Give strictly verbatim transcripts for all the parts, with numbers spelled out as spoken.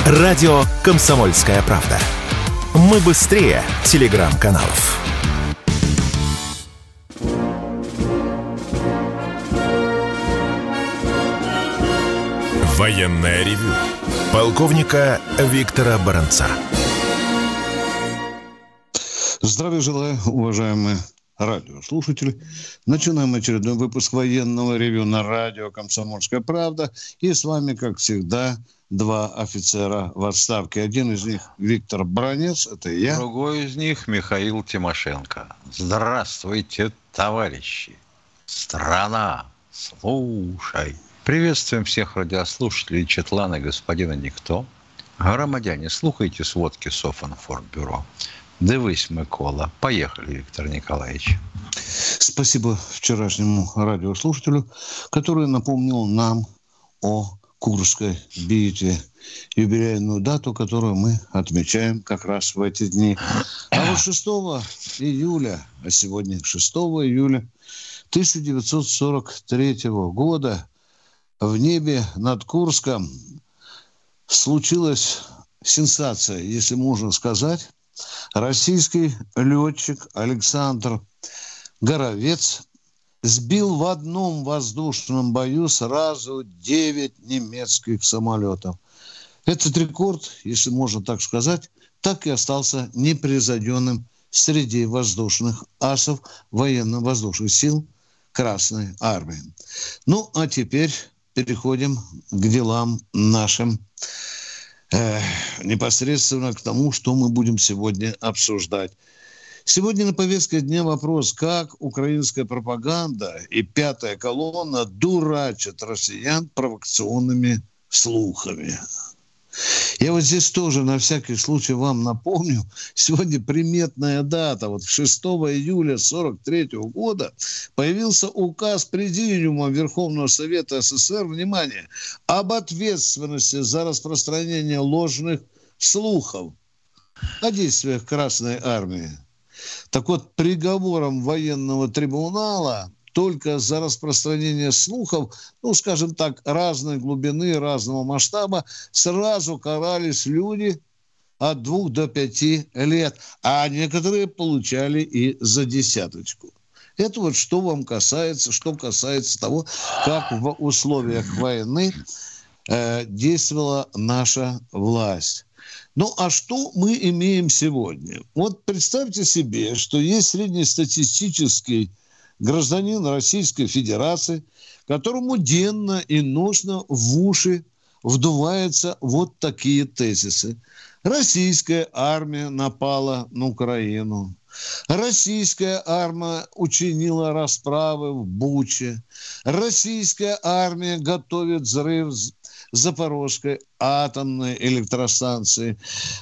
Радио «Комсомольская правда». Мы быстрее телеграм-каналов. Военное ревю полковника Виктора Баранца. Здравия желаю, уважаемые радиослушатели. Начинаем очередной выпуск военного ревю на радио «Комсомольская правда». И с вами, как всегда, два офицера в отставке. Один из них Виктор Баранец, это я. Другой из них Михаил Тимошенко. Здравствуйте, товарищи. Страна, слушай. Приветствуем всех радиослушателей Четлана, господина Никто. Громадяне, слухайте сводки Софинформбюро. Дивись, Микола. Поехали, Виктор Николаевич. Спасибо вчерашнему радиослушателю, который напомнил нам о Курской битве. Юбилейную дату, которую мы отмечаем как раз в эти дни. А вот шестого июля, а сегодня шестого июля тысяча девятьсот сорок третьего года в небе над Курском случилась сенсация, если можно сказать. Российский летчик Александр Горовец сбил в одном воздушном бою сразу девять немецких самолетов. Этот рекорд, если можно так сказать, так и остался непревзойденным среди воздушных асов военно-воздушных сил Красной Армии. Ну, а теперь переходим к делам нашим. Э, непосредственно к тому, что мы будем сегодня обсуждать. Сегодня на повестке дня вопрос, как украинская пропаганда и пятая колонна дурачат россиян провокационными слухами. Я вот здесь тоже на всякий случай вам напомню, сегодня приметная дата. Вот шестого июля сорок третьего года появился указ Президиума Верховного Совета СССР, внимание, об ответственности за распространение ложных слухов о действиях Красной Армии. Так вот, приговором военного трибунала только за распространение слухов, ну, скажем так, разной глубины, разного масштаба, сразу карались люди от двух до пяти лет, а некоторые получали и за десяточку. Это вот что вам касается, что касается того, как в условиях войны э, действовала наша власть. Ну, а что мы имеем сегодня? Вот представьте себе, что есть среднестатистический гражданин Российской Федерации, которому денно и ночно в уши вдуваются вот такие тезисы. Российская армия напала на Украину. Российская армия учинила расправы в Буче. Российская армия готовит взрыв Запорожской атомной электростанции.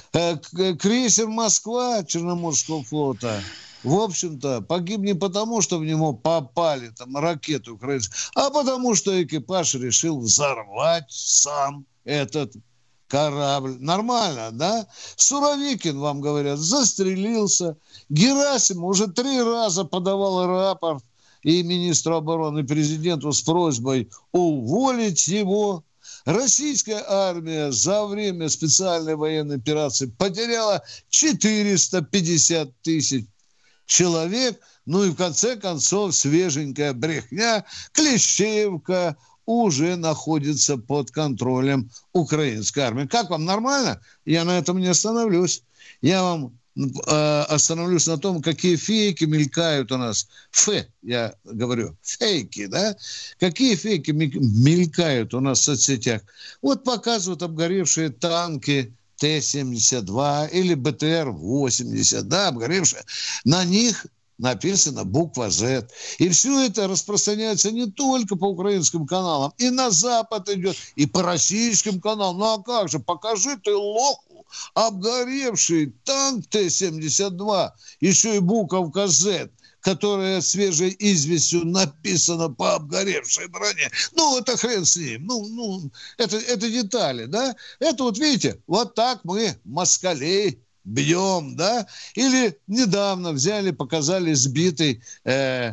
Крейсер «Москва» Черноморского флота, в общем-то, погиб не потому, что в него попали там ракеты украинские, а потому, что экипаж решил взорвать сам этот корабль. Нормально, да? Суровикин, вам говорят, застрелился. Герасимов уже три раза подавал рапорт и министру обороны, и президенту с просьбой уволить его. Российская армия за время специальной военной операции потеряла четыреста пятьдесят тысяч человек. Ну и в конце концов свеженькая брехня. Клещеевка уже находится под контролем украинской армии. Как вам, нормально? Я на этом не остановлюсь. Я вам э, остановлюсь на том, какие фейки мелькают у нас. Фе, я говорю, фейки, да? Какие фейки мелькают у нас в соцсетях? Вот показывают обгоревшие танки Т семьдесят два или Б Т Р восемьдесят, да, обгоревшие. На них написано буква «З». И все это распространяется не только по украинским каналам, и на Запад идет, и по российским каналам. Ну а как же, покажи ты лоху обгоревший танк Т семьдесят два, еще и буковка «З», которая свежей известью написана по обгоревшей броне. Ну, это хрен с ним. Ну, ну это, это детали, да? Это вот, видите, вот так мы москалей бьем, да? Или недавно взяли, показали сбитый э,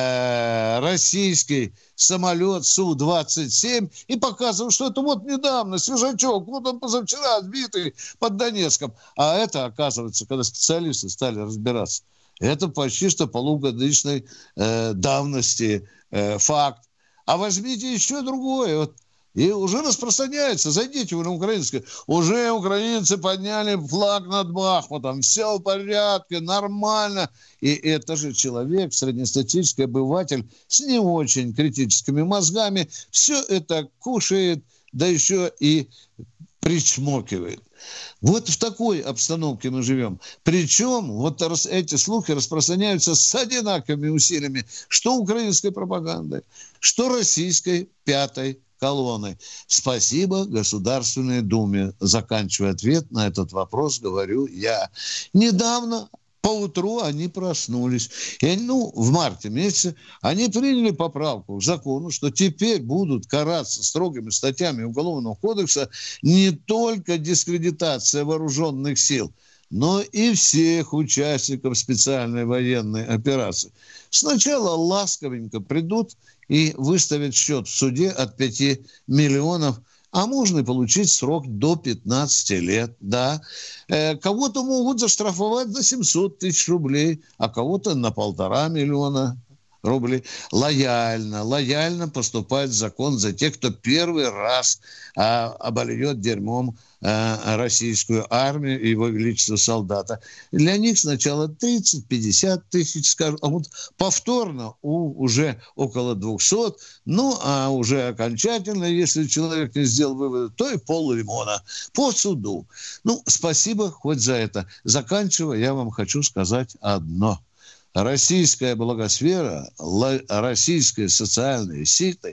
э, российский самолет Су двадцать семь и показывают, что это вот недавно, свежачок, вот он позавчера сбитый под Донецком. А это, оказывается, когда специалисты стали разбираться, это почти что полугодичной э, давности э, факт. А возьмите еще другое, вот. И уже распространяется. Зайдите вы на украинское. Уже украинцы подняли флаг над Бахмутом. Все в порядке, нормально. И это же человек, среднестатистический обыватель с не очень критическими мозгами. Все это кушает, да еще и причмокивает. Вот в такой обстановке мы живем. Причем вот эти слухи распространяются с одинаковыми усилиями, что украинской пропагандой, что российской пятой колонны. Спасибо Государственной Думе. Заканчивая ответ на этот вопрос, говорю я. Недавно поутру они проснулись. И, ну, в марте месяце они приняли поправку к закону, что теперь будут караться строгими статьями Уголовного кодекса не только дискредитация вооруженных сил, но и всех участников специальной военной операции. Сначала ласковенько придут и выставят счет в суде от пяти миллионов, а можно и получить срок до пятнадцати лет, да. Э, кого-то могут заштрафовать за семьсот тысяч рублей, а кого-то на полтора миллиона рублей. Лояльно, лояльно поступает закон за тех, кто первый раз а, обольет дерьмом а, российскую армию и его величество солдата. Для них сначала тридцать-пятьдесят тысяч, скажем, а вот повторно у, уже около двухсот, ну, а уже окончательно, если человек не сделал выводы, то и пол-лимона по суду. Ну, спасибо хоть за это. Заканчивая, я вам хочу сказать одно. Российская благосфера, российские социальные сети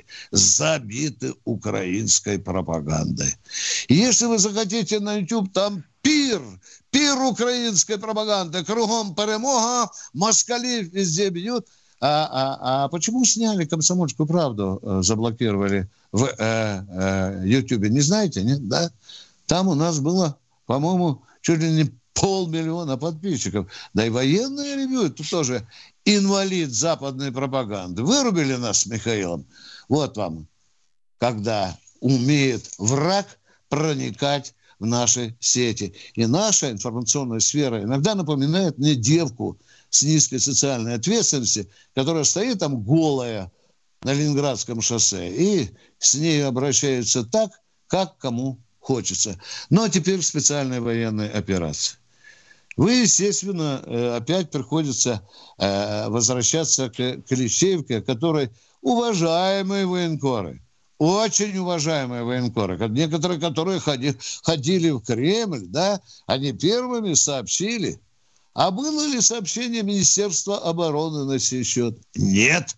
забиты украинской пропагандой. Если вы захотите на YouTube, там пир, пир украинской пропаганды, кругом перемога, москали везде бьют. А, а, а почему сняли «Комсомольскую правду», э, заблокировали в э, э, YouTube? Не знаете, нет? Да? Там у нас было, по-моему, чуть ли не полмиллиона подписчиков. Да и военное ревью, это тоже инвалид западной пропаганды. Вырубили нас с Михаилом. Вот вам, когда умеет враг проникать в наши сети. И наша информационная сфера иногда напоминает мне девку с низкой социальной ответственностью, которая стоит там голая на Ленинградском шоссе. И с ней обращаются так, как кому хочется. Ну, а теперь специальная военная операция. Вы, естественно, опять приходится возвращаться к Клещеевке, которой уважаемые военкоры, очень уважаемые военкоры, некоторые, которые ходили, ходили в Кремль, да, они первыми сообщили. А было ли сообщение Министерства обороны на сей счет? Нет.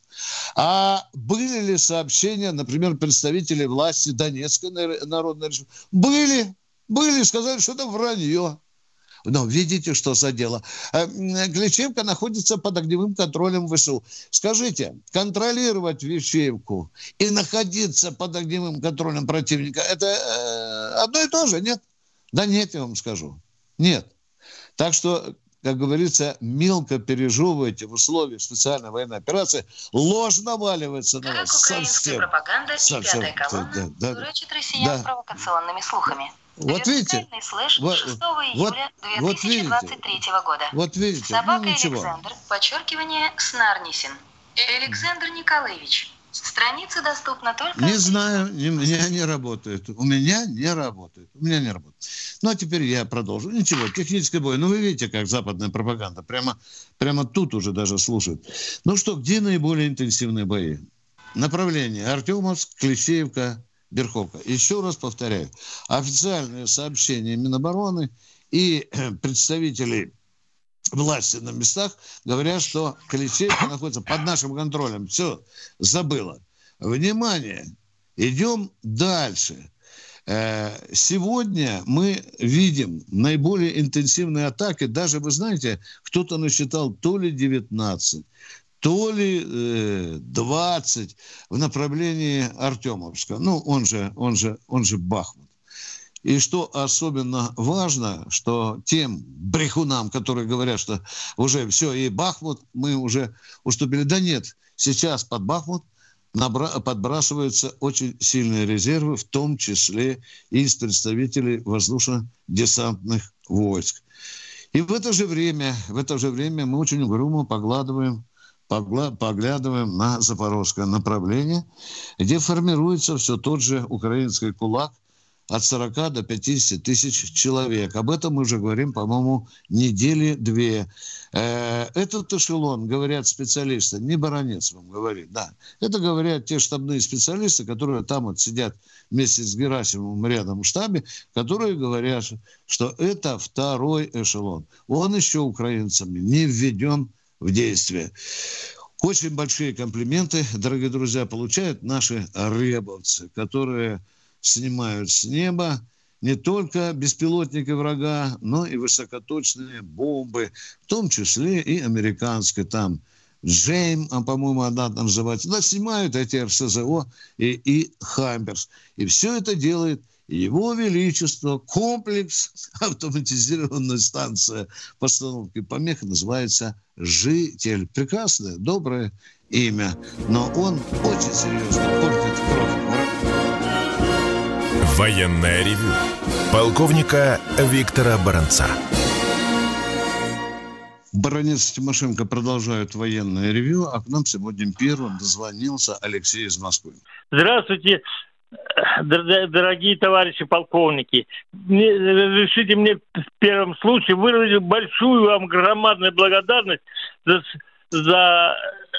А были ли сообщения, например, представителей власти Донецкой Народной Республики? Были. Были. Сказали, что это вранье. Но видите, что за дело. Клещеевка находится под огневым контролем ВСУ. Скажите, контролировать Клещеевку и находиться под огневым контролем противника, это одно и то же, нет? Да нет, я вам скажу. Нет. Так что, как говорится, мелко пережевывайте в условиях специальной военной операции, ложь наваливается на вас. Как украинская пропаганда и пятая колонна да, дурачит россиян да. провокационными слухами. Вот видите, слэш вот, шестого июля две тысячи двадцать третьего года. Вот видите, собака ну, Александр, подчеркивание, Снарнисин. Александр Николаевич. Страница доступна только... Не знаю, не, у меня не работает. У меня не работает. У меня не работает. Ну, а теперь я продолжу. Ничего, технический бой. Ну, вы видите, как западная пропаганда. Прямо, прямо тут уже даже слушают. Ну что, где наиболее интенсивные бои? Направление Артемовск, Клещеевка, Берховка. Еще раз повторяю. Официальные сообщения Минобороны и представителей власти на местах говорят, что Клещеевка находится под нашим контролем. Все, забыла. Внимание! Идем дальше. Сегодня мы видим наиболее интенсивные атаки. Даже, вы знаете, кто-то насчитал то ли девятнадцать, то ли э, двадцать в направлении Артемовска. Ну, он же, он же, он же Бахмут. И что особенно важно, что тем брехунам, которые говорят, что уже все, и Бахмут, мы уже уступили. Да нет, сейчас под Бахмут набра- подбрасываются очень сильные резервы, в том числе и из представителей воздушно-десантных войск. И в это же время, в это же время мы очень угрюмо поглядываем, погла, поглядываем на запорожское направление, где формируется все тот же украинский кулак от сорока до пятидесяти тысяч человек. Об этом мы уже говорим, по-моему, недели две. Этот эшелон, говорят специалисты, не Баранец вам говорит, да. Это говорят те штабные специалисты, которые там вот сидят вместе с Герасимовым рядом в штабе, которые говорят, что это второй эшелон. Он еще украинцами не введен в действие. Очень большие комплименты, дорогие друзья, получают наши ребовцы, которые снимают с неба не только беспилотники врага, но и высокоточные бомбы, в том числе и американские. Там Джейм, а, по-моему, она там называется. Да, снимают эти эр эс зэ о и, и Хаммерс. И все это делает Его Величество. Комплекс автоматизированная станция постановки помех называется «Житель». Прекрасное, доброе имя. Но он очень серьезно портит кровь. Военное ревю полковника Виктора Баранца. Баранец и Тимошенко продолжают военное ревю, а к нам сегодня первым дозвонился Алексей из Москвы. Здравствуйте, дорогие товарищи полковники. Мне, разрешите мне в первом случае выразить большую вам громадную благодарность за, за,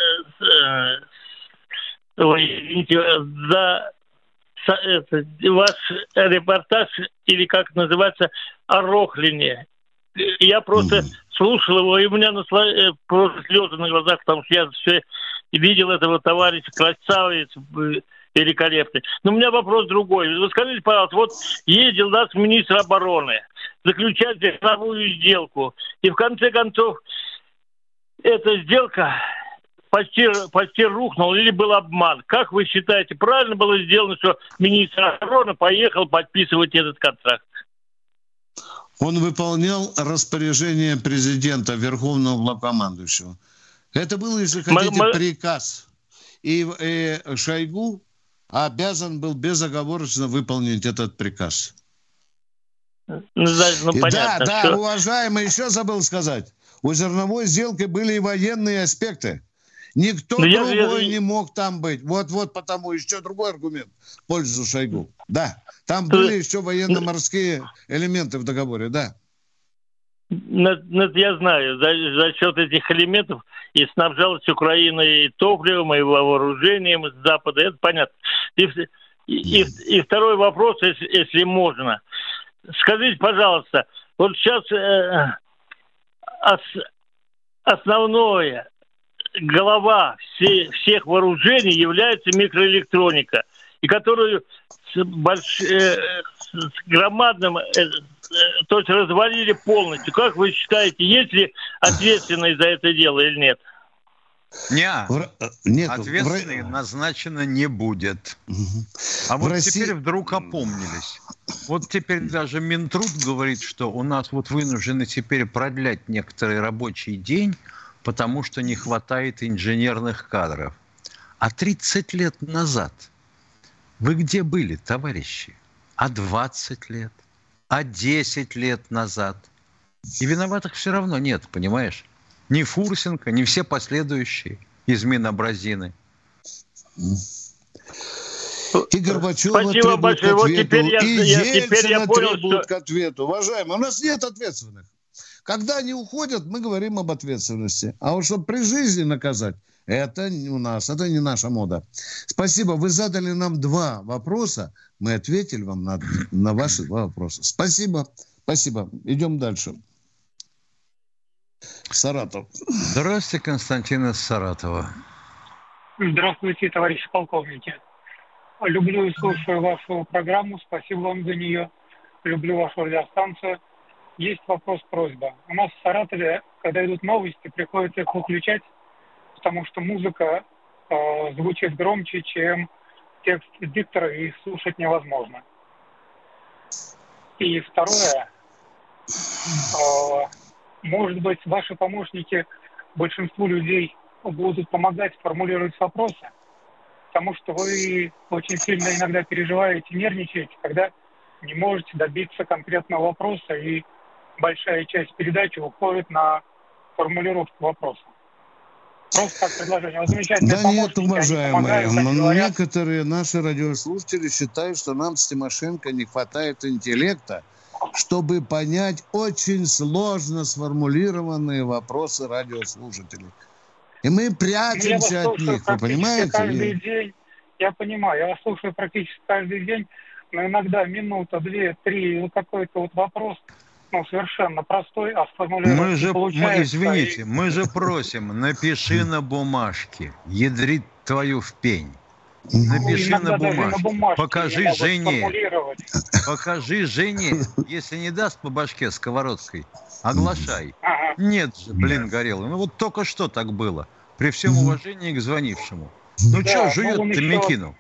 за, за это, ваш репортаж, или как это называется, о Рохлине. Я просто mm-hmm. слушал его, и у меня насло... просто слезы на глазах, потому что я все видел этого товарища, красавец, великолепный. Но у меня вопрос другой. Вы скажите, пожалуйста, вот ездил наш министр обороны заключать мировую сделку, и в конце концов эта сделка почти, почти рухнула или был обман. Как вы считаете, правильно было сделано, что министр обороны поехал подписывать этот контракт? Он выполнял распоряжение президента, верховного главкомандующего. Это был, если хотите, мы, мы... приказ. И, и Шойгу обязан был безоговорочно выполнить этот приказ. Ну, ну, и понятно, да, что... да, уважаемый, еще забыл сказать. У зерновой сделки были и военные аспекты. Никто Но другой я... не мог там быть. Вот-вот потому еще другой аргумент в пользу Шойгу. Да, там были еще военно-морские элементы в договоре, да. Я знаю, за, за счет этих элементов и снабжалась Украина и топливом, и вооружением с Запада, это понятно. И, и, и, и второй вопрос, если, если можно. Скажите, пожалуйста, вот сейчас э, ос, основное, голова все, всех вооружений является микроэлектроника, и которую с, больш, э, с громадным, э, э, то есть развалили полностью. Как вы считаете, есть ли ответственный за это дело или нет? Нет, нет, ответственный в... назначено не будет. Угу. А в вот России... теперь вдруг опомнились. Вот теперь даже Минтруд говорит, что у нас вот вынуждены теперь продлять некоторый рабочий день, потому что не хватает инженерных кадров. А тридцать лет назад вы где были, товарищи? А двадцать лет? А десять лет назад? И виноватых все равно нет, понимаешь? Ни Фурсенко, ни все последующие из Минобразины. И Горбачева требует к ответу, вот теперь я, и я, Ельцина я понял, требует что... к ответу. Уважаемые, у нас нет ответственных. Когда они уходят, мы говорим об ответственности. А вот чтобы при жизни наказать, это не у нас, это не наша мода. Спасибо, вы задали нам два вопроса, мы ответили вам на, на ваши два вопроса. Спасибо, спасибо. Идем дальше. Саратов. Здравствуйте, Константин из Саратова. Здравствуйте, товарищи полковники. Люблю и слушаю вашу программу, спасибо вам за нее. Люблю вашу радиостанцию. Есть вопрос, просьба. У нас в Саратове, когда идут новости, приходится их выключать, потому что музыка э, звучит громче, чем текст диктора, и слушать невозможно. И второе, может быть, ваши помощники большинству людей будут помогать формулировать вопросы, потому что вы очень сильно иногда переживаете, нервничаете, когда не можете добиться конкретного вопроса, и большая часть передачи уходит на формулировку вопроса. Просто как предложение. Вот замечательные да помощники, нет, уважаемые, помогают, некоторые наши радиослушатели считают, что нам с Тимошенко не хватает интеллекта, чтобы понять очень сложно сформулированные вопросы радиослушателей. И мы прячемся ну, от них, вы понимаете? Каждый день, я понимаю, я вас слушаю практически каждый день, но иногда минута, две, три, какой-то вот вопрос, ну, совершенно простой, а сформулировать мы же, получается. Мы, извините, и... мы же просим, напиши на бумажке, ядрит твою в пень. Напиши ну, на, бумажке. на бумажке, покажи Жене, покажи Жене, если не даст по башке сковородской, оглашай. Ага. Нет же, блин, Горелый, ну вот только что так было, при всем уважении к звонившему. Ну да, что жует-то ну, Микину?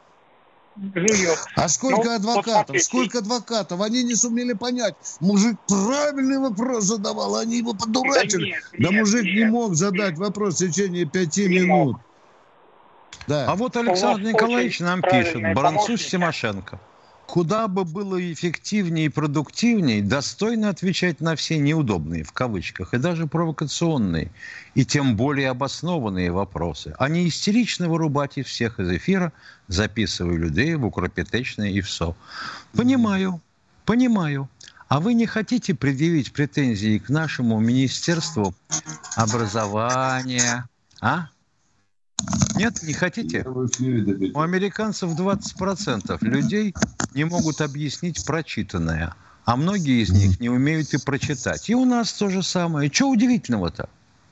Жует. А сколько ну, адвокатов, вот сколько адвокатов, они не сумели понять. Мужик правильный вопрос задавал, они его подурачили. Да, нет, да нет, мужик нет. не мог задать вопрос в течение пяти не минут. Мог. Да. А вот Александр Николаевич нам пишет, Баранцу с Тимошенко. Куда бы было эффективнее и продуктивнее, достойно отвечать на все неудобные, в кавычках, и даже провокационные, и тем более обоснованные вопросы, а не истерично вырубать из всех из эфира, записывая людей в укропотечное и все. Понимаю, понимаю. А вы не хотите предъявить претензии к нашему Министерству образования, а? Нет, не хотите? У американцев двадцать процентов людей не могут объяснить прочитанное, а многие из них не умеют и прочитать. И у нас то же самое. Чего удивительного-то?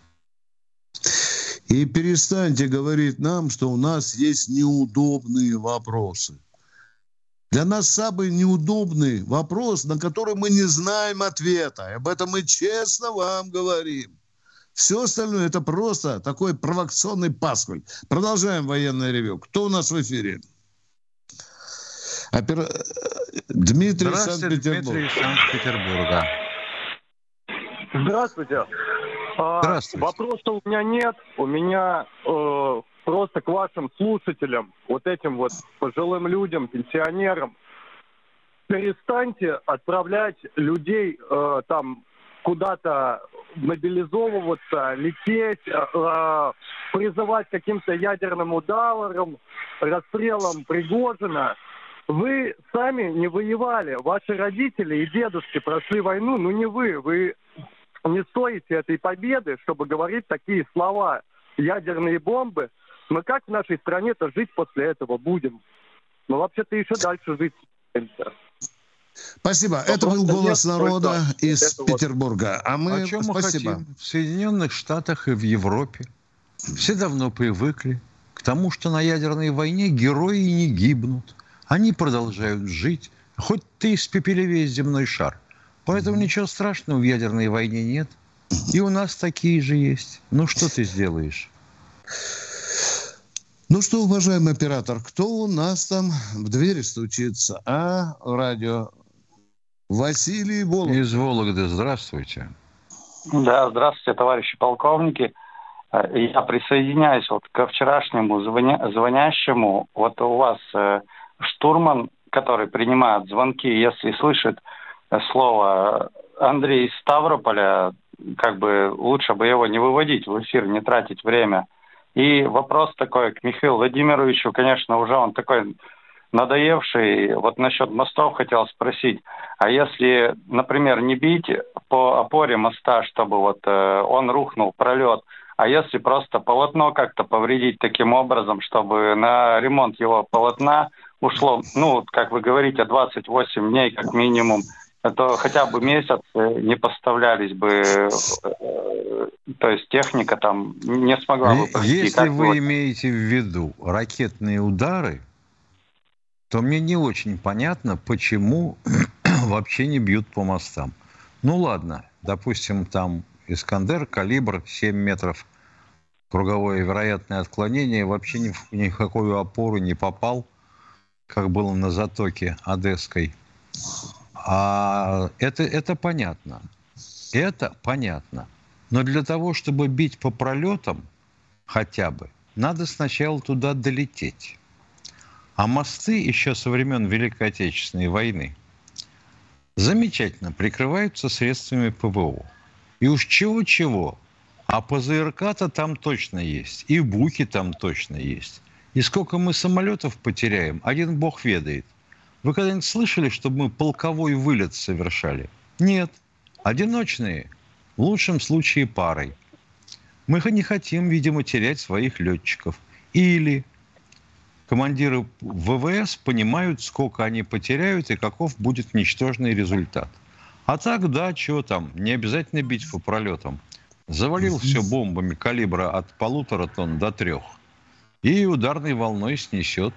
И перестаньте говорить нам, что у нас есть неудобные вопросы. Для нас самый неудобный вопрос, на который мы не знаем ответа. Об этом мы честно вам говорим. Все остальное – это просто такой провокационный пасквиль. Продолжаем военное ревю. Кто у нас в эфире? Опера... Дмитрий из Санкт-Петербурга. Дмитрий из Санкт-Петербурга. Здравствуйте. Здравствуйте. А, вопроса у меня нет. У меня э, просто к вашим слушателям, вот этим вот пожилым людям, пенсионерам, перестаньте отправлять людей э, там куда-то мобилизовываться, лететь, э, призывать каким-то ядерным ударом, расстрелом Пригожина. Вы сами не воевали. Ваши родители и дедушки прошли войну, но не вы. Вы не стоите этой победы, чтобы говорить такие слова. Ядерные бомбы. Мы как в нашей стране-то жить после этого будем? Мы вообще-то еще дальше жить. Спасибо. Но это был голос народа из это Петербурга. А мы... А чем Спасибо. мы хотим? В Соединенных Штатах и в Европе все давно привыкли к тому, что на ядерной войне герои не гибнут. Они продолжают жить. Хоть ты испепели весь земной шар. Поэтому ничего страшного в ядерной войне нет. И у нас такие же есть. Ну, что ты сделаешь? Ну что, уважаемый оператор, кто у нас там в двери стучится? А, радио. Василий Вологда. Из Вологды. Здравствуйте. Да, здравствуйте, товарищи полковники. Я присоединяюсь вот ко вчерашнему звоня- звонящему. Вот у вас э, штурман, который принимает звонки, если слышит слово Андрей из Ставрополя, как бы лучше бы его не выводить в эфир, не тратить время. И вопрос такой к Михаилу Владимировичу, конечно, уже он такой надоевший. Вот насчет мостов хотел спросить. А если, например, не бить по опоре моста, чтобы вот э, он рухнул, пролет, а если просто полотно как-то повредить таким образом, чтобы на ремонт его полотна ушло, ну, как вы говорите, двадцать восемь дней как минимум, то хотя бы месяц не поставлялись бы, э, то есть техника там не смогла бы пройти. Если как вы вот... имеете в виду ракетные удары, то мне не очень понятно, почему вообще не бьют по мостам. Ну ладно, допустим, там «Искандер», калибр семь метров, круговое вероятное отклонение, вообще ни в никакую опору не попал, как было на затоке Одесской. А это, это понятно. Это понятно. Но для того, чтобы бить по пролетам хотя бы, надо сначала туда долететь. А мосты еще со времен Великой Отечественной войны замечательно прикрываются средствами ПВО. И уж чего-чего, а ПЗРК-то там точно есть, и буки там точно есть. И сколько мы самолетов потеряем, один бог ведает. Вы когда-нибудь слышали, чтобы мы полковой вылет совершали? Нет. Одиночные, в лучшем случае парой. Мы не хотим, видимо, терять своих летчиков. Или командиры ВВС понимают, сколько они потеряют и каков будет ничтожный результат. А так, да, что там, не обязательно бить по пролетам. Завалил все бомбами калибра от полутора тонн до трех. И ударной волной снесет.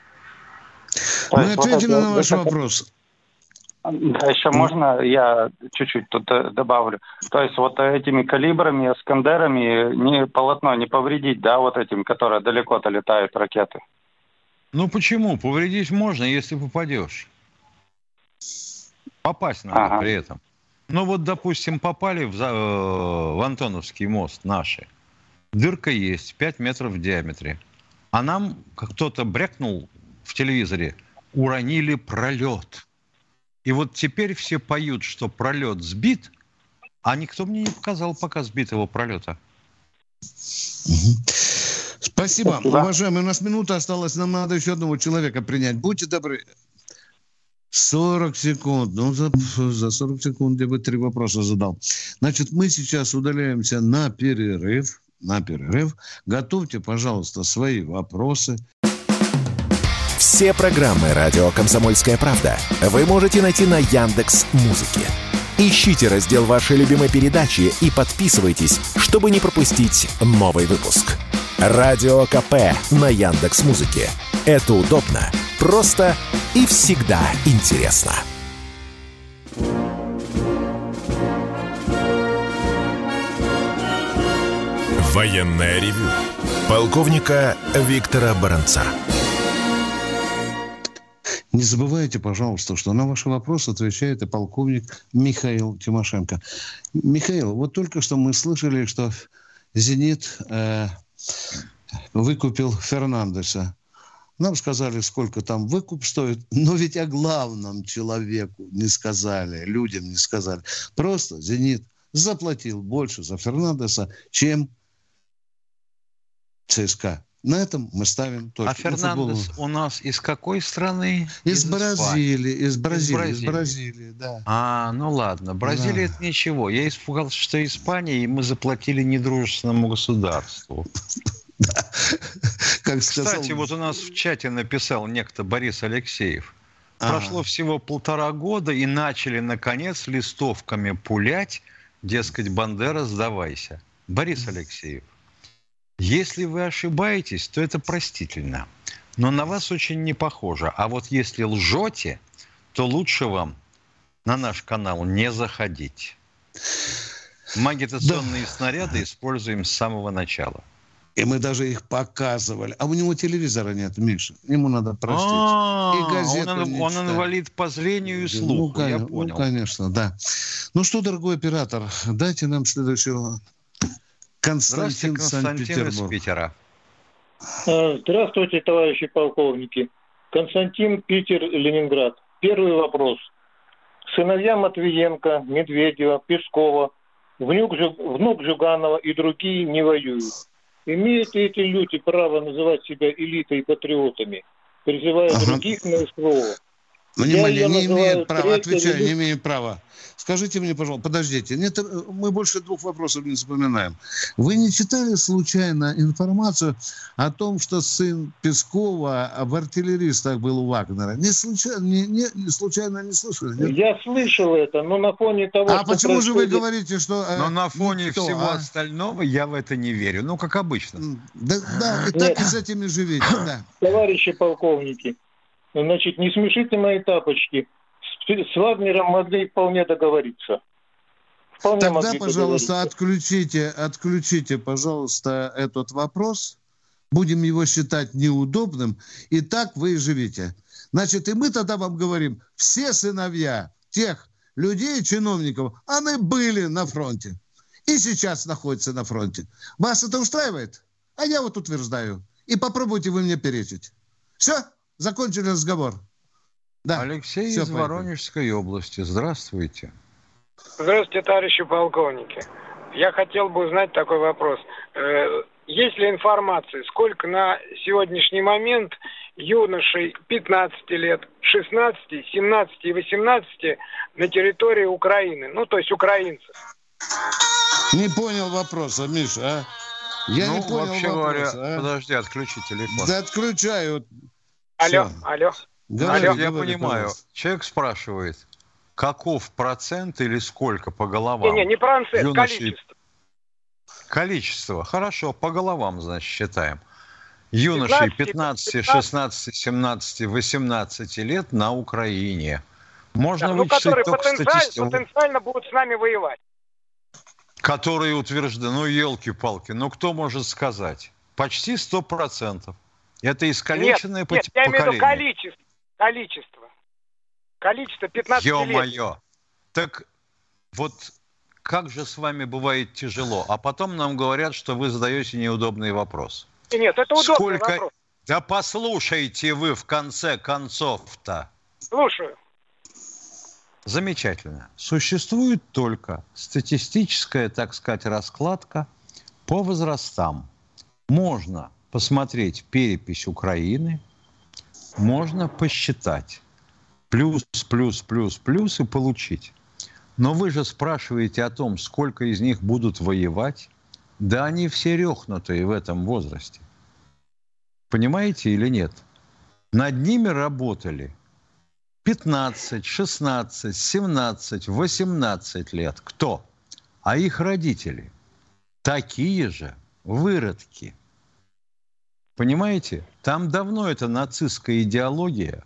Мы ответили на ваш вопрос. Да, еще можно я чуть-чуть тут добавлю. То есть вот этими калибрами, эскандерами не, полотно не повредить, да, вот этим, которые далеко-то летают ракеты? Ну почему? Повредить можно, если попадешь. Попасть надо ага. при этом. Ну вот, допустим, попали в, в Антоновский мост наши. Дырка есть, пять метров в диаметре. А нам кто-то брякнул в телевизоре, уронили пролет. И вот теперь все поют, что пролет сбит, а никто мне не показал пока сбитого пролета. Спасибо. Да. Уважаемые, у нас минута осталась, нам надо еще одного человека принять. Будьте добры. сорок секунд. Ну, за, за сорок секунд я бы три вопроса задал. Значит, мы сейчас удаляемся на перерыв. На перерыв. Готовьте, пожалуйста, свои вопросы. Все программы «Радио Комсомольская правда» вы можете найти на Яндекс.Музыке. Ищите раздел вашей любимой передачи и подписывайтесь, чтобы не пропустить новый выпуск. Радио КП на Яндекс.Музыке. Это удобно, просто и всегда интересно. Военное ревю полковника Виктора Баранца. Не забывайте, пожалуйста, что на ваши вопросы отвечает и полковник Михаил Тимошенко. Михаил, вот только что мы слышали, что «Зенит» э, выкупил Фернандеса. Нам сказали, сколько там выкуп стоит, но ведь о главном человеку не сказали, людям не сказали. Просто «Зенит» заплатил больше за Фернандеса, чем ЦСКА. На этом мы ставим точку. А Фернандес у нас из какой страны? Из, из Бразилии. Из Бразилии. Из Бразилии. Из Бразилии, да. А, ну ладно. Бразилия да. это ничего. Я испугался, что Испания, и мы заплатили недружественному государству. Кстати, вот у нас в чате написал некто Борис Алексеев. Прошло всего полтора года, и начали, наконец, листовками пулять, дескать, Бандера, сдавайся. Борис Алексеев. Если вы ошибаетесь, то это простительно. Но на вас очень не похоже. А вот если лжете, то лучше вам на наш канал не заходить. Мы агитационные да. снаряды используем с самого начала. И мы даже их показывали. А у него телевизора нет, Миша. Ему надо простить. И газету он, он инвалид по зрению и слуху, ну, я понял. Ну, конечно, да. Ну что, дорогой оператор, дайте нам следующего... Константин, Константин из Питера. Здравствуйте, товарищи полковники. Константин, Питер, Ленинград. Первый вопрос. Сыновья Матвиенко, Медведева, Пескова, внук, внук Жуганова и другие не воюют. Имеют ли эти люди право называть себя элитой и патриотами, призывая ага. других на СВО? Внимание, не имеет права, отвечаю, не имеет права. Скажите мне, пожалуйста, подождите, нет, мы больше двух вопросов не запоминаем. Вы не читали случайно информацию о том, что сын Пескова в артиллеристах был у Вагнера? Не случайно не, не, не, случайно не слышали? Нет? Я слышал это, но на фоне того, а что почему происходит... же вы говорите, что... Но на фоне никто, всего а? остального я в это не верю. Ну, как обычно. Да, да и так и с этими живите. Да. Товарищи полковники, значит, не смешите мои тапочки. С Вагнером могли вполне договориться. Вполне Тогда, пожалуйста, отключите, отключите, пожалуйста, этот вопрос. Будем его считать неудобным. И так вы и живите. Значит, и мы тогда вам говорим, все сыновья тех людей, чиновников, они были на фронте. И сейчас находятся на фронте. Вас это устраивает? А я вот утверждаю. И попробуйте вы мне перечить. Все, закончили разговор. Да, Алексей из поехали. Воронежской области. Здравствуйте. Здравствуйте, товарищи полковники. Я хотел бы узнать такой вопрос. Есть ли информация, сколько на сегодняшний момент юношей пятнадцати лет, шестнадцати, семнадцати и восемнадцати на территории Украины? Ну, то есть украинцев. Не понял вопроса, Миша, а? Я ну, не понял вообще вопроса, говоря, а? Подожди, отключи телефон. Да отключаю. Алло, Все. алло. Говори, алло. Я говори, понимаю. пожалуйста. Человек спрашивает, каков процент или сколько по головам? Не, не, не процент, юношей... количество. Количество. Хорошо, по головам, значит, считаем. Юношей пятнадцати, шестнадцати, семнадцати, восемнадцати лет на Украине. Можно да, ну, вычислить которые только потенциально, статистику. потенциально будут с нами воевать. Которые утверждены, ну, елки-палки, ну, кто может сказать? Почти сто процентов. Это искалеченное нет, нет, я имею в виду количество. Количество. Количество пятнадцати лет. Ё-моё. Так вот как же с вами бывает тяжело? А потом нам говорят, что вы задаете неудобный вопрос. Нет, это удобный Сколько... вопрос. Да послушайте вы в конце концов-то. Слушаю. Замечательно. Существует только статистическая, так сказать, раскладка по возрастам. Можно посмотреть перепись Украины, можно посчитать. Плюс, плюс, плюс, плюс и получить. Но вы же спрашиваете о том, сколько из них будут воевать. Да они все рехнутые в этом возрасте. Понимаете или нет? Над ними работали пятнадцать, шестнадцать, семнадцать, восемнадцать лет. Кто? А их родители. Такие же выродки. Понимаете? Там давно это нацистская идеология.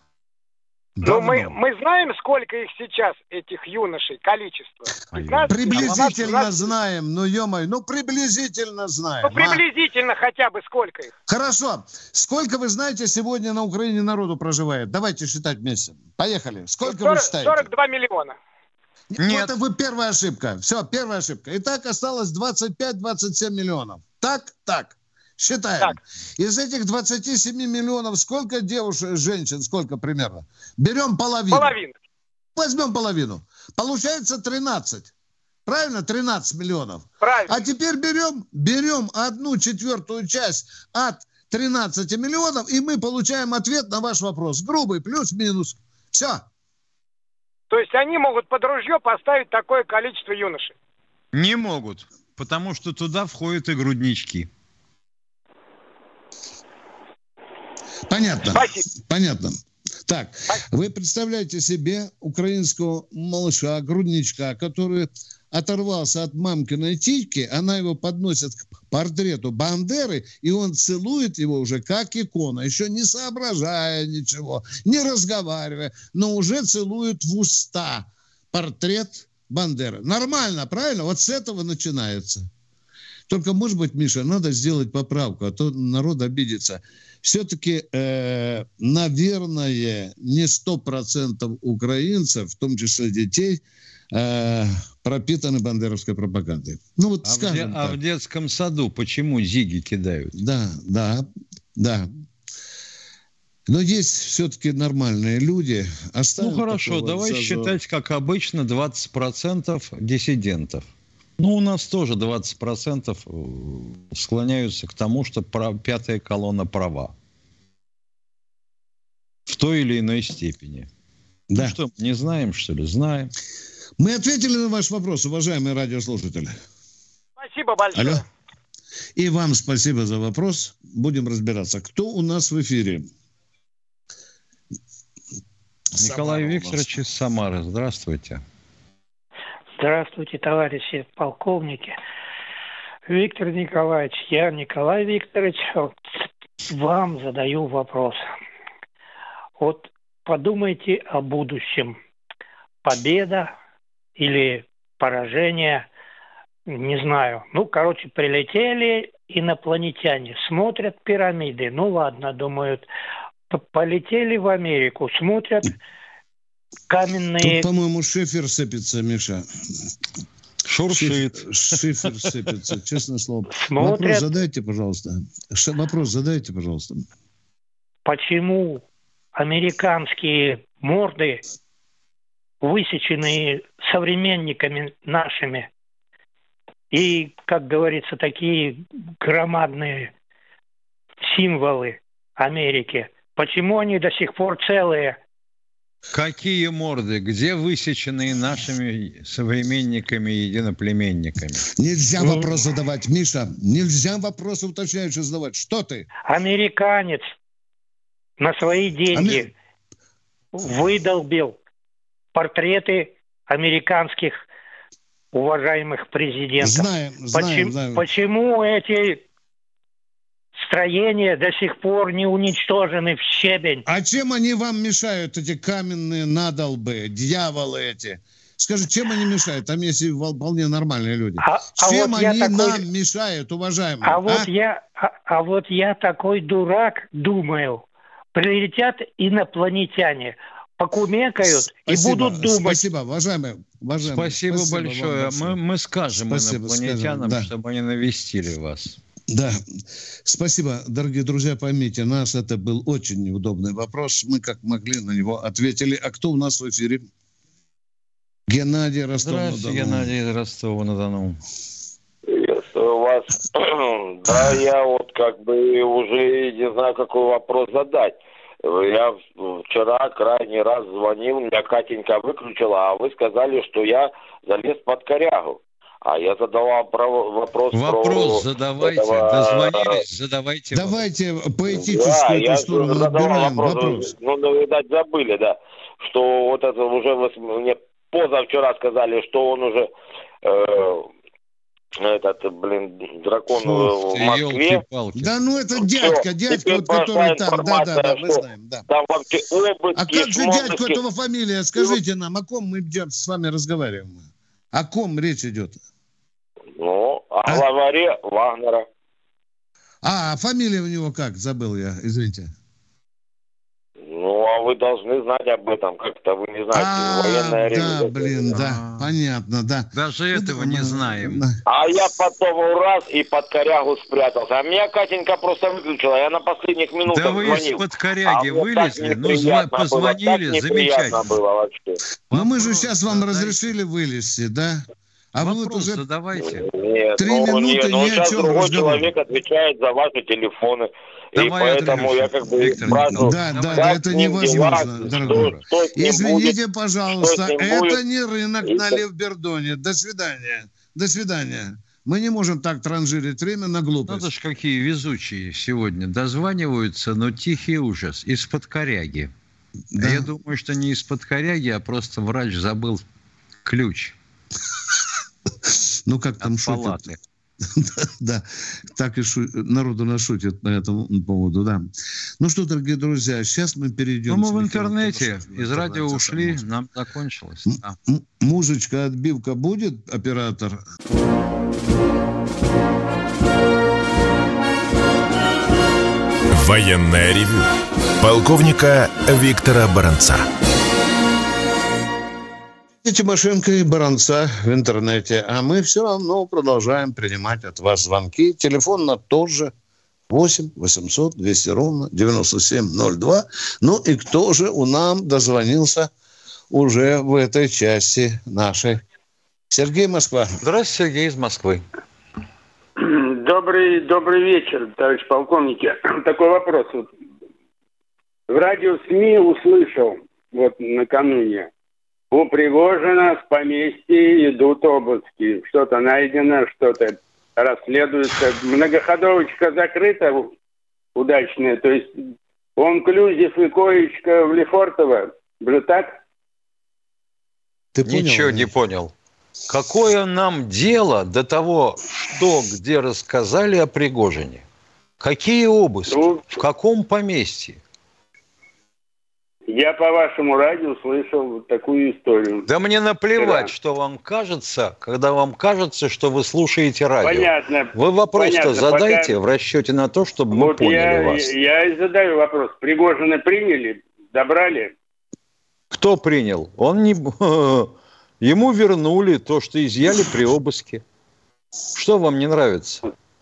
Ну, мы, мы знаем, сколько их сейчас, этих юношей, количество? пятнадцать, приблизительно двенадцать, знаем, ну, ё-моё, ну, приблизительно знаем. Ну, приблизительно а? хотя бы сколько их? Хорошо. Сколько, вы знаете, сегодня на Украине народу проживает? Давайте считать вместе. Поехали. Сколько сорок, вы считаете? сорок два миллиона. Нет. Вот это первая ошибка. Все, первая ошибка. Итак, осталось двадцать пять - двадцать семь миллионов. Так, так. Считаем. Так. Из этих двадцати семи миллионов сколько девушек, женщин, сколько примерно? Берем половину. Половину. Возьмем половину. Получается тринадцать. Правильно? тринадцать миллионов. Правильно. А теперь берем, берем одну четвертую часть от тринадцати миллионов, и мы получаем ответ на ваш вопрос. Грубый, плюс-минус. Все. То есть они могут под ружье поставить такое количество юношей? Не могут, потому что туда входят и груднички. Понятно. Спасибо. Понятно. Так, вы представляете себе украинского малыша, грудничка, который оторвался от мамкиной титьки, она его подносит к портрету Бандеры, и он целует его уже как икона, еще не соображая ничего, не разговаривая, но уже целует в уста портрет Бандеры. Нормально, правильно? Вот с этого начинается. Только, может быть, Миша, надо сделать поправку, а то народ обидится. Все-таки, э, наверное, не сто процентов украинцев, в том числе детей, э, пропитаны бандеровской пропагандой. Ну вот, а, скажем в де- так. а в детском саду почему зиги кидают? Да, да, да. Но есть все-таки нормальные люди. Ну хорошо, давай зазор. считать, как обычно, двадцать процентов диссидентов. Ну, у нас тоже двадцать процентов склоняются к тому, что пятая колонна права. В той или иной степени. Да. Ну что, не знаем, что ли? Знаем. Мы ответили на ваш вопрос, уважаемые радиослушатели. Спасибо большое. Алло. И вам спасибо за вопрос. Будем разбираться. Кто у нас в эфире? Николай Самара Викторович из Самары. Здравствуйте. Здравствуйте, товарищи полковники. Виктор Николаевич, я, Николай Викторович, вам задаю вопрос. Вот подумайте о будущем. Победа или поражение, не знаю. Ну, короче, прилетели инопланетяне, смотрят пирамиды. Ну, ладно, думают, полетели в Америку, смотрят каменные... Тут, по-моему, шифер сыпется, Миша. Шуршит. Шифер, шифер сыпется, честное слово. Смотрят... Вопрос задайте, пожалуйста. Ш- вопрос задайте, пожалуйста. Почему американские морды, высеченные современниками нашими, и, как говорится, такие громадные символы Америки, почему они до сих пор целые? Какие морды? Где высеченные нашими современниками и единоплеменниками? Нельзя вопрос задавать, Миша. Нельзя вопросы уточняющие задавать. Что ты? Американец на свои деньги Ами... выдолбил портреты американских уважаемых президентов. Знаем, знаем, почему, знаем. Почему эти строения до сих пор не уничтожены в щебень? А чем они вам мешают, эти каменные надолбы, дьяволы эти? Скажи, чем они мешают? Там есть вполне нормальные люди. А, чем а вот они такой... нам мешают, уважаемые? А, а? Вот я, а, а вот я такой дурак, думаю, прилетят инопланетяне, покумекают спасибо, и будут думать. Спасибо, уважаемые. уважаемые спасибо, спасибо большое. большое. Мы, мы скажем спасибо, инопланетянам, скажем, да. чтобы они навестили вас. Да, спасибо, дорогие друзья, поймите, нас это был очень неудобный вопрос. Мы как могли на него ответили. А кто у нас в эфире? Геннадий Ростов-на-Дону. Здравствуйте, Геннадий Ростова-на-Дону. Приветствую вас. Да, я вот как бы уже не знаю, какой вопрос задать. Я вчера крайний раз звонил, меня Катенька выключила, а вы сказали, что я залез под корягу. А я задавал про вопрос... Вопрос про задавайте, этого... дозвонились, задавайте. Давайте вопрос. Поэтическую да, эту сторону отбираем. Вопрос. вопрос. Ну, ну, видать, забыли, да, что вот это уже вы мне позавчера сказали, что он уже... Э, этот, блин, дракон Фу, в Москве. Да ну это дядька, Все. дядька, вот, который там, да-да-да, мы знаем, да. Там вообще обыски, а как же шмотыски. Дядьку этого фамилия? Скажите нам, о ком мы с вами разговариваем? О ком речь идет? Ну, о а? главаре Вагнера. А, фамилия у него как? Забыл я, извините. Ну, а вы должны знать об этом. Как-то вы не знаете. А, военная да, блин, да, понятно, да. Даже этого не знаем. А я потом раз и под корягу спрятался. А меня Катенька просто выключила. Я на последних минутах да вы звонил. из-под коряги а вылезли, ну, зв... позвонили, было. замечательно. Было вообще. Ну, мы же сейчас вам задайте. разрешили вылезти, да? А Вопрос вы вот уже задавайте. Нет, три ну, минуты нет, ну, ни о чем другой разговаривать. человек отвечает за ваши телефоны. Давай, и поэтому Андрюша, я как бы Виктор, спрашиваю, да, да, да, это невозможно, дела, дорогой. Что, что Извините, будет, пожалуйста, это будет. не рынок И... на Левбердоне. До свидания. До свидания. Мы не можем так транжирить время на глупость. Надо ж какие везучие сегодня дозваниваются, но тихий ужас, из-под коряги. Да. А я думаю, что не из-под коряги, а просто врач забыл ключ. Ну, как там шутят. Да, так и шу... народу нашутят по этому поводу, да. Ну что, дорогие друзья, сейчас мы перейдем... Ну, мы в интернете, из радио ушли, нам закончилось. М- да. Музычка, отбивка будет, оператор? Военное ревю полковника Виктора Баранца. Тимошенко и Баранца в интернете. А мы все равно продолжаем принимать от вас звонки. Телефон на тот же восемь восемьсот двести ровно девяносто семь ноль два. Ну и кто же у нас дозвонился уже в этой части нашей? Сергей, Москва. Здравствуйте, Сергей из Москвы. Добрый, добрый вечер, товарищ полковники. Такой вопрос. Вот. В радио СМИ услышал вот накануне. У Пригожина в поместье идут обыски. Что-то найдено, что-то расследуется. Многоходовочка закрыта удачная. То есть он Клюзев и Коечка в Лефортово. Было так? Ты понял? Ничего не понял. Какое нам дело до того, что где рассказали о Пригожине? Какие обыски? Ну, в каком поместье? Я по вашему радио слышал такую историю. Да мне наплевать, Вчера. что вам кажется, когда вам кажется, что вы слушаете радио. Понятно. Вы вопрос-то понятно, задайте пока... в расчете на то, чтобы вот мы поняли я, вас. Я и задаю вопрос. Пригожина приняли, добрали? Кто принял? Он не... Ему вернули то, что изъяли при обыске. Что вам не нравится?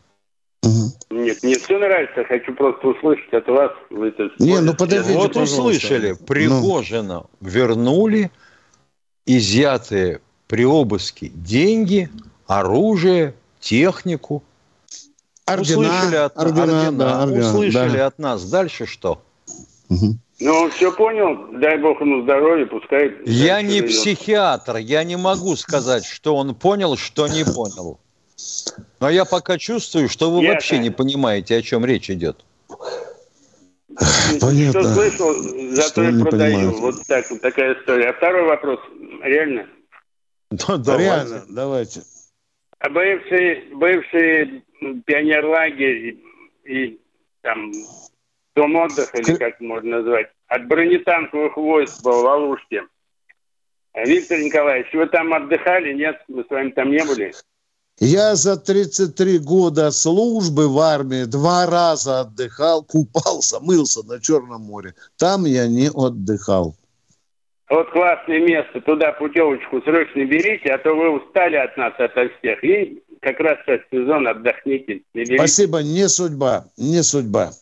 Нет, мне все нравится. Хочу просто услышать от вас. Не, ну подождите, вот услышали. Пригожина ну. вернули изъятые при обыске деньги, оружие, технику. Ордена, услышали от, ордена, ордена, да, ордена, услышали да. от нас. Дальше что? Угу. Ну, он все понял. Дай бог ему здоровья, пускай... Я не идет. Психиатр. Я не могу сказать, что он понял, что не понял. Но я пока чувствую, что вы я вообще так. не понимаете, о чем речь идет. Понятно. Что слышал, зато и продаю. Понимаете. Вот так, вот такая история. А второй вопрос. Реально? Да, давайте. Реально, давайте. А бывший, бывший пионерлагерь и, и там дом отдыха, или как можно назвать, от бронетанковых войск был в Алуште. Виктор Николаевич, вы там отдыхали? Нет? Мы с вами там не были? Я за тридцать три года службы в армии два раза отдыхал, купался, мылся на Черном море. Там я не отдыхал. Вот классное место. Туда путевочку срочно берите, а то вы устали от нас, ото всех. И как раз сейчас сезон, отдохните. Спасибо, не судьба, не судьба.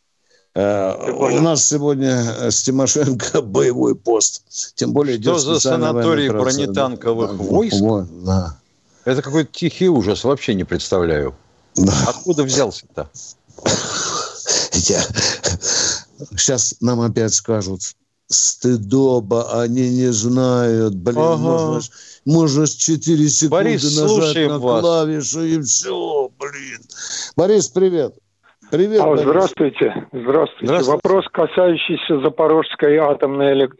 Uh, у нас сегодня с Тимошенко боевой пост. Тем более что за санаторий бронетанковых да, войск? Да. Это какой-то тихий ужас, вообще не представляю. Да. Откуда взялся-то? Я... Сейчас нам опять скажут, стыдоба, они не знают. Блин, ага. можно, можно с четыре секунды Борис, нажать на вас. клавишу и все, блин. Борис, привет. Привет, а, здравствуйте. здравствуйте. Здравствуйте. Вопрос, касающийся Запорожской атомной, элек...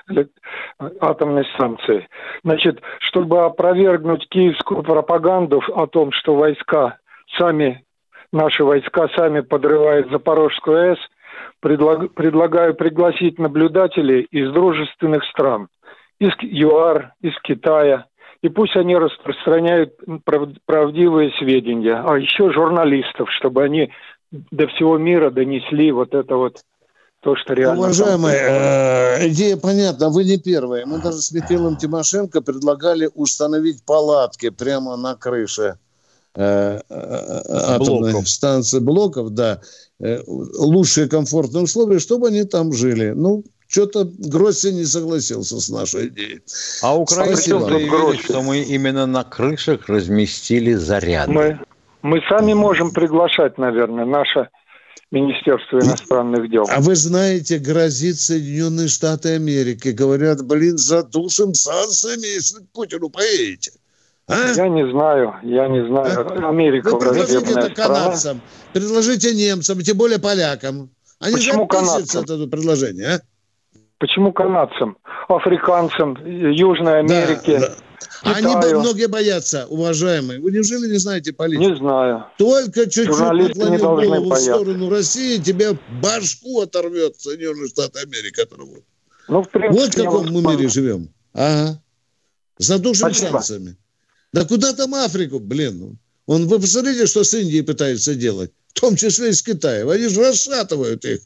атомной станции. Значит, чтобы опровергнуть киевскую пропаганду о том, что войска сами, наши войска сами подрывают Запорожскую АЭС, предлаг... предлагаю пригласить наблюдателей из дружественных стран. Из ЮАР, из Китая. И пусть они распространяют прав... правдивые сведения. А еще журналистов, чтобы они до всего мира донесли вот это вот то, что реально... Уважаемые, э, идея понятна, вы не первые. Мы даже с Михаилом Тимошенко предлагали установить палатки прямо на крыше э, атомной блоков. станции блоков, да, э, лучшие комфортные условия, чтобы они там жили. Ну, что-то Гросси не согласился с нашей идеей. А Украина заявили, что мы именно на крышах разместили заряды. Мы... Мы сами можем приглашать, наверное, наше Министерство иностранных дел. А вы знаете, грозит Соединенные Штаты Америки. Говорят, блин, задушим санкциями, если к Путину поедете. А? Я не знаю, я не знаю. А? Америка вы предложите это канадцам, предложите немцам, тем более полякам. Они Почему канадцам? Это предложение, а? Почему канадцам? Африканцам, Южной Америке. Да, да. Они многие боятся, уважаемые. Вы неужели не знаете политику? Не знаю. Только чуть-чуть наклонив голову в сторону России, тебя башку оторвет Соединенные Штаты Америки. Оторвут. Ну, в принципе, вот в каком мы мире живем. Ага. Задушим санкциями. Да куда там Африку, блин? Он, вы посмотрите, что с Индией пытаются делать. В том числе и с Китаем. Они же расшатывают их.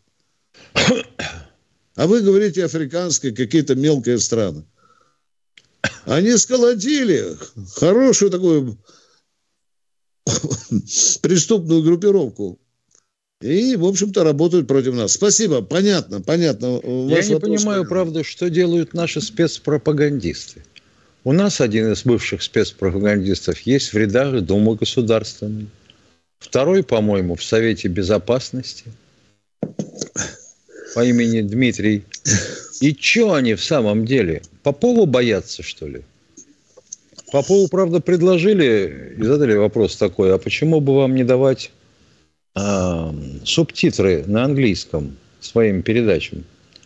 А вы говорите африканские, какие-то мелкие страны. Они сколотили хорошую такую преступную группировку. И, в общем-то, работают против нас. Спасибо, понятно, понятно. Я не понимаю, правда, что делают наши спецпропагандисты. У нас один из бывших спецпропагандистов есть в рядах Думы Государственной. Второй, по-моему, в Совете Безопасности по имени Дмитрий. И что они в самом деле? Попову боятся, что ли? Попову, правда, предложили и задали вопрос такой, а почему бы вам не давать а, субтитры на английском своим передачам?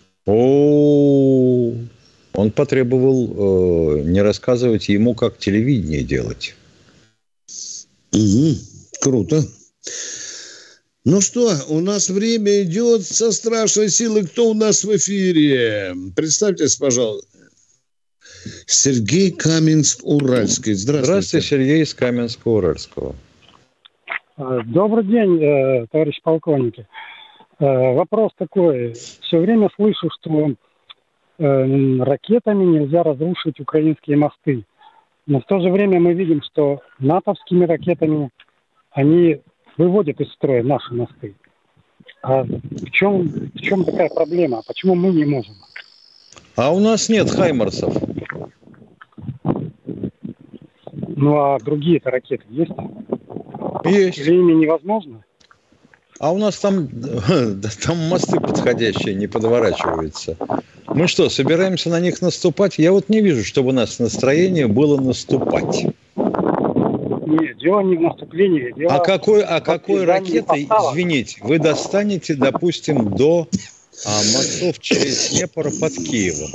О, он потребовал э, не рассказывать ему, как телевидение делать. Угу, круто. Ну что, у нас время идет со страшной силой. Кто у нас в эфире? Представьтесь, пожалуйста. Сергей Каменск-Уральский. Здравствуйте. Здравствуйте, Сергей из Каменска-Уральского. Добрый день, товарищ полковники. Вопрос такой. Все время слышу, что э, ракетами нельзя разрушить украинские мосты. Но в то же время мы видим, что натовскими ракетами они выводят из строя наши мосты. А в чем, в чем такая проблема? Почему мы не можем? А у нас нет хаймарсов. Ну, а другие-то ракеты есть? Есть. Или ими невозможно? А у нас там, там мосты подходящие не подворачиваются. Мы что, собираемся на них наступать? Я вот не вижу, чтобы у нас настроение было наступать. Нет, дело не в наступлении. Дело а какой, а какой ракетой, извините, вы достанете, допустим, до а, мостов через Днепр под Киевом?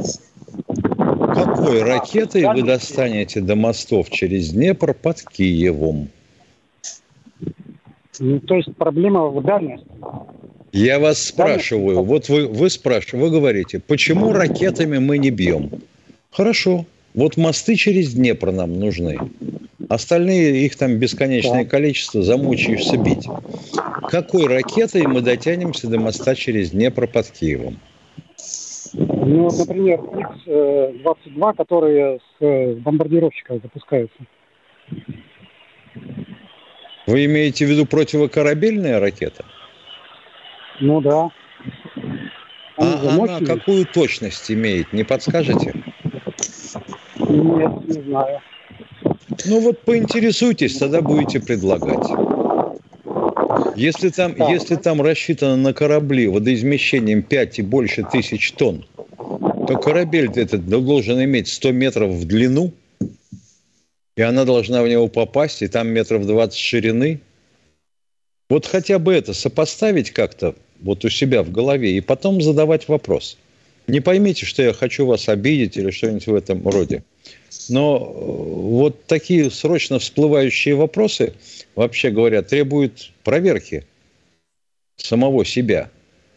Какой ракетой вы достанете до мостов через Днепр под Киевом? Ну, то есть проблема в дальности. Я вас спрашиваю, вот вы, вы спрашиваете, вы говорите, почему ракетами мы не бьем? Хорошо, вот мосты через Днепр нам нужны. Остальные, их там бесконечное количество, замучаешься бить. Какой ракетой мы дотянемся до моста через Днепр под Киевом? Ну, вот, например, икс двадцать два, которые с бомбардировщиков запускаются. Вы имеете в виду противокорабельная ракета? Ну да. А она какую точность имеет, не подскажете? Нет, не знаю. Ну вот поинтересуйтесь, тогда будете предлагать. Если там, да. если там рассчитано на корабли водоизмещением пять и больше тысяч тонн, то корабель этот должен иметь сто метров в длину, и она должна в него попасть, и там метров двадцать ширины. Вот хотя бы это сопоставить как-то вот у себя в голове и потом задавать вопрос. Не поймите, что я хочу вас обидеть или что-нибудь в этом роде. Но вот такие срочно всплывающие вопросы, вообще говоря, требуют проверки самого себя.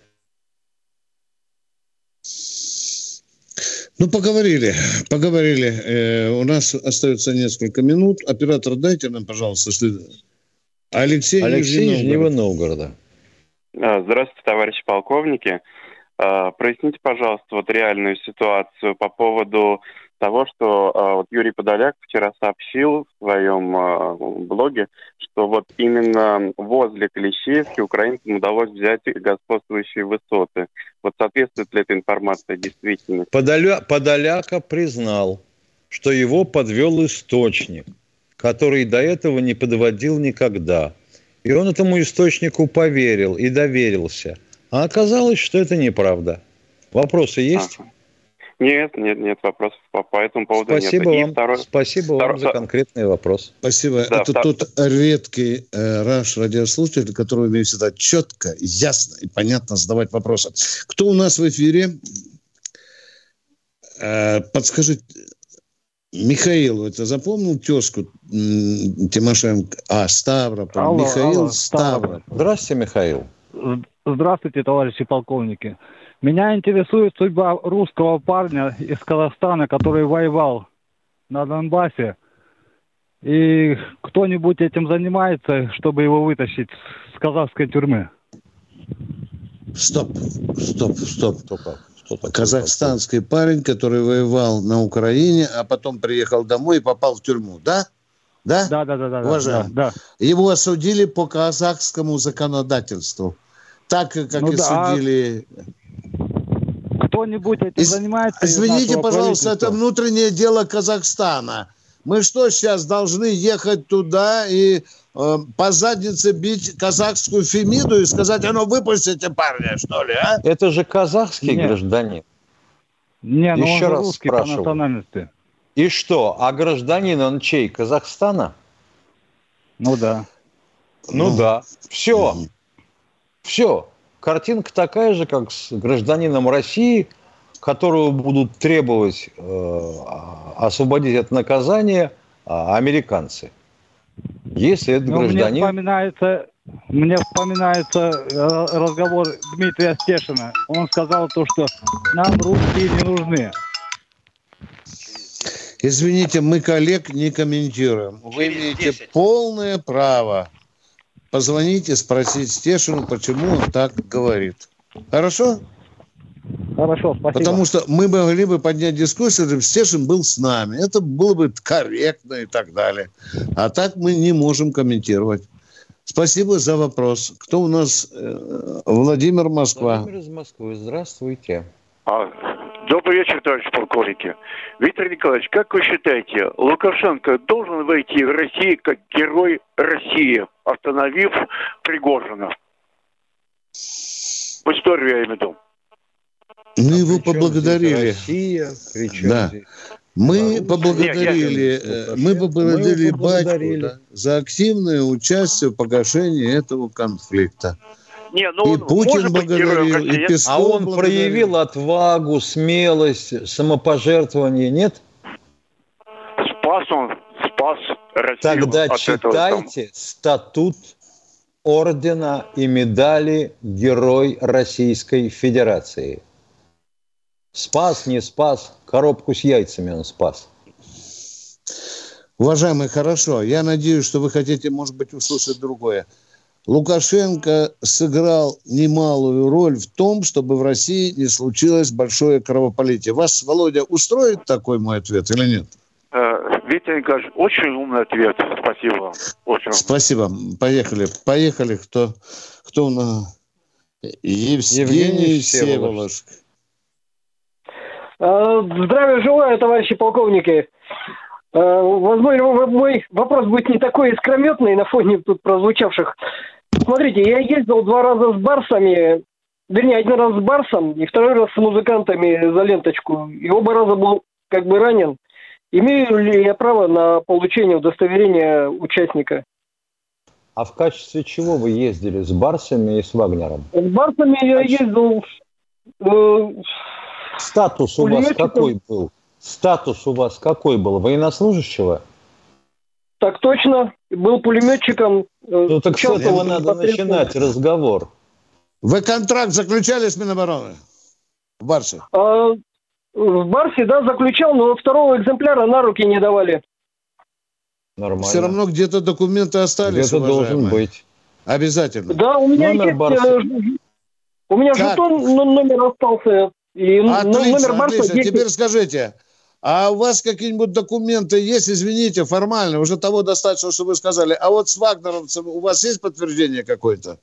Ну, поговорили, поговорили. Э, у нас остается несколько минут. Оператор, дайте нам, пожалуйста, след... Алексей, Алексей из Нижнего Новгорода. Здравствуйте, товарищи полковники. Проясните, пожалуйста, вот реальную ситуацию по поводу того, что вот Юрий Подоляк вчера сообщил в своем блоге, что вот именно возле Клещеевки украинцам удалось взять господствующие высоты. Вот соответствует ли эта информация действительно? Подоля... Подоляка признал, что его подвел источник, который до этого не подводил никогда. И он этому источнику поверил и доверился. А оказалось, что это неправда. Вопросы есть? Ага. Нет, нет, нет, вопросов по, по этому поводу Спасибо нет. Вам, второй... Спасибо второй... вам за конкретный вопрос. Спасибо. Да, это втор... тот редкий э, наш радиослушатель, который умеет всегда четко, ясно и понятно задавать вопросы. Кто у нас в эфире? Э, подскажите, Михаил, это запомнил тезку Тимошенко? А, Ставрополь. Алло, Михаил алло, Ставрополь. Здравствуйте, Михаил. Здравствуйте, товарищи полковники. Меня интересует судьба русского парня из Казахстана, который воевал на Донбассе. И кто-нибудь этим занимается, чтобы его вытащить с казахской тюрьмы? Стоп, стоп, стоп. стоп. Казахстанский парень, который воевал на Украине, а потом приехал домой и попал в тюрьму, да? Да? Да, да, да, да. Уважаемый. Да, да. Его осудили по казахскому законодательству. Так, как ну, и да. судили... Кто-нибудь этим Из... занимается? Извините, пожалуйста, это внутреннее дело Казахстана. Мы что, сейчас должны ехать туда и э, по заднице бить казахскую Фемиду и сказать, а ну выпустите парня, что ли, а? Это же казахский Нет. гражданин. Не, ну Еще он раз русский спрашиваю. по национальности. И что, а гражданин он чей? Казахстана? Ну да. Ну, ну да. Все. Mm. Все. Картинка такая же, как с гражданином России, которого будут требовать э, освободить от наказания э, американцы. Если это Но гражданин... Мне вспоминается, мне вспоминается э, разговор Дмитрия Стешина. Он сказал то, что нам русские не нужны. Извините, мы коллег не комментируем. Вы имеете полное право позвонить и спросить Стешину, почему он так говорит. Хорошо? Хорошо, спасибо. Потому что мы могли бы поднять дискуссию, если бы Стешин был с нами. Это было бы корректно и так далее. А так мы не можем комментировать. Спасибо за вопрос. Кто у нас? Владимир, Москва. Владимир из Москвы. Здравствуйте. А, добрый вечер, товарищ полковники. Виктор Николаевич, как вы считаете, Лукашенко должен войти в Россию как герой России, остановив Пригожина? В историю я имею в виду. Мы а его поблагодарили. Россия, да. Здесь? Мы Беларусь? поблагодарили, Нет, я, мы поблагодарили мы батьку да, за активное участие в погашении этого конфликта. Не, ну, и Путин благодарил, и Песков А он благодарил. проявил отвагу, смелость, самопожертвование, нет? Спас он, спас Россию. Тогда от читайте этого. статут ордена и медали Герой Российской Федерации. Спас, не спас, коробку с яйцами он спас. Уважаемый, хорошо. Я надеюсь, что вы хотите, может быть, услышать другое. Лукашенко сыграл немалую роль в том, чтобы в России не случилось большое кровопролитие. Вас, Володя, устроит такой мой ответ или нет? Виктор Николаевич, очень умный ответ. Спасибо вам. Очень Спасибо. Поехали. Поехали. Кто, кто у нас? Евгений Всеволожск. Здравия желаю, товарищи полковники. Возможно, мой вопрос будет не такой искрометный на фоне тут прозвучавших. Смотрите, я ездил два раза с барсами, вернее, один раз с барсом, и второй раз с музыкантами за ленточку. И оба раза был как бы ранен. Имею ли я право на получение удостоверения участника? А в качестве чего вы ездили? С барсами и с Вагнером? С барсами я ездил... Э, Статус у вас какой был? Статус у вас какой был? Военнослужащего? Так точно. Был пулеметчиком. Ну так с этого надо начинать разговор. Вы контракт заключали с Минобороны? В Барсе? А, в Барсе, да, заключал, но второго экземпляра на руки не давали. Нормально. Все равно где-то документы остались, где-то должен быть. Обязательно. Да, у меня номер есть... Барса. У меня как? жетон, но номер остался. И отлично, номер Барса отлично. десять. Теперь скажите, а у вас какие-нибудь документы есть, извините, формально, уже того достаточно, что вы сказали, а вот с вагнеровцем у вас есть подтверждение какое-то?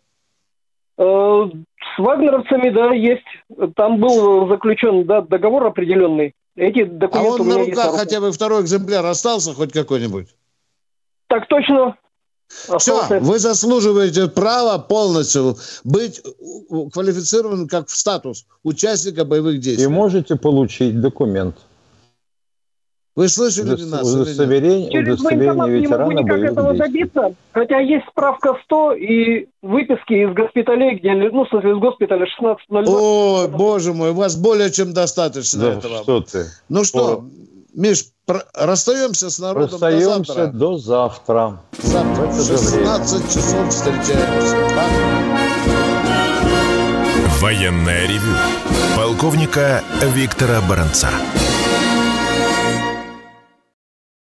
С вагнеровцами, да, есть. Там был заключен, да, договор определенный. Эти документы а он у меня на руках есть. хотя бы второй экземпляр остался хоть какой-нибудь? Так точно. Все, вы заслуживаете права полностью быть квалифицированным как в статус участника боевых действий. И можете получить документ. Вы слышали Удос... нас? Удостоверение, Через удостоверение ветерана не могу никак боевых этого действий. добиться, хотя есть справка сто и выписки из госпиталей, где, ну, в смысле, из госпиталя шестнадцать ноль два. Ой, боже мой, у вас более чем достаточно да этого. Что ты? Ну что, О. Миш, про... расстаемся с народом расстаемся до завтра. до завтра. Завтра в шестнадцать часов встречаемся. Военное ревю полковника Виктора Баранца.